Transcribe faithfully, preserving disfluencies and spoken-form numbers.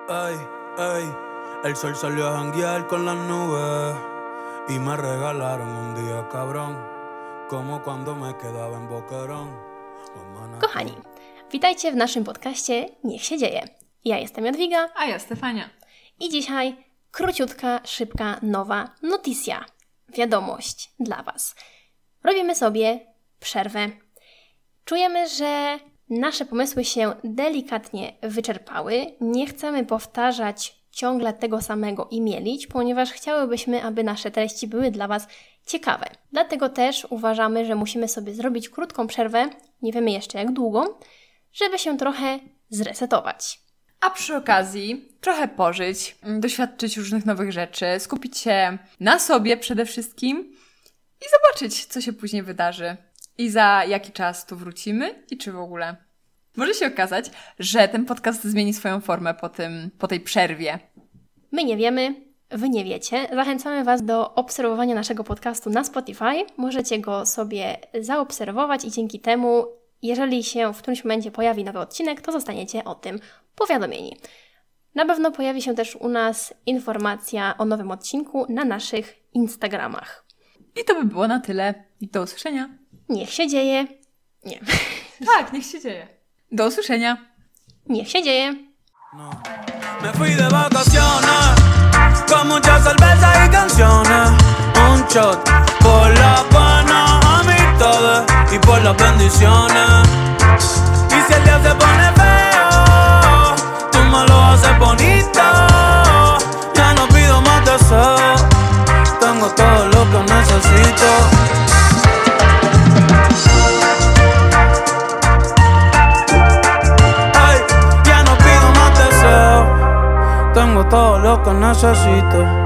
Ey, ey, el sol salió a janguear con las nubes y me regalaron un día cabrón, como cuando me quedaba en Boquerón. Kochani, witajcie w naszym podcaście Niech się dzieje. Ja jestem Jadwiga. A ja Stefania. I dzisiaj króciutka, szybka, nowa noticja. Wiadomość dla Was. Robimy sobie przerwę. Czujemy, że nasze pomysły się delikatnie wyczerpały. Nie chcemy powtarzać ciągle tego samego i mielić, ponieważ chciałybyśmy, aby nasze treści były dla Was ciekawe. Dlatego też uważamy, że musimy sobie zrobić krótką przerwę, nie wiemy jeszcze jak długo, żeby się trochę zresetować. A przy okazji trochę pożyć, doświadczyć różnych nowych rzeczy, skupić się na sobie przede wszystkim i zobaczyć, co się później wydarzy. I za jaki czas tu wrócimy i czy w ogóle. Może się okazać, że ten podcast zmieni swoją formę po, tym, po tej przerwie. My nie wiemy, Wy nie wiecie. Zachęcamy Was do obserwowania naszego podcastu na Spotify. Możecie go sobie zaobserwować i dzięki temu, jeżeli się w którymś momencie pojawi nowy odcinek, to zostaniecie o tym powiadomieni. Na pewno pojawi się też u nas informacja o nowym odcinku na naszych Instagramach. I to by było na tyle. Do usłyszenia. Niech się dzieje. Nie. Tak, niech się dzieje. Do usłyszenia. Niech się dzieje. No. Me fui de vacaciones con mucha cerveza y canciones. Un shot por las buenas amistades y por las bendiciones. Y si el día se pone feo, tú me lo haces bonito. Ya no pido más deseos, tengo todo lo que necesito. Tengo todo lo que necesito.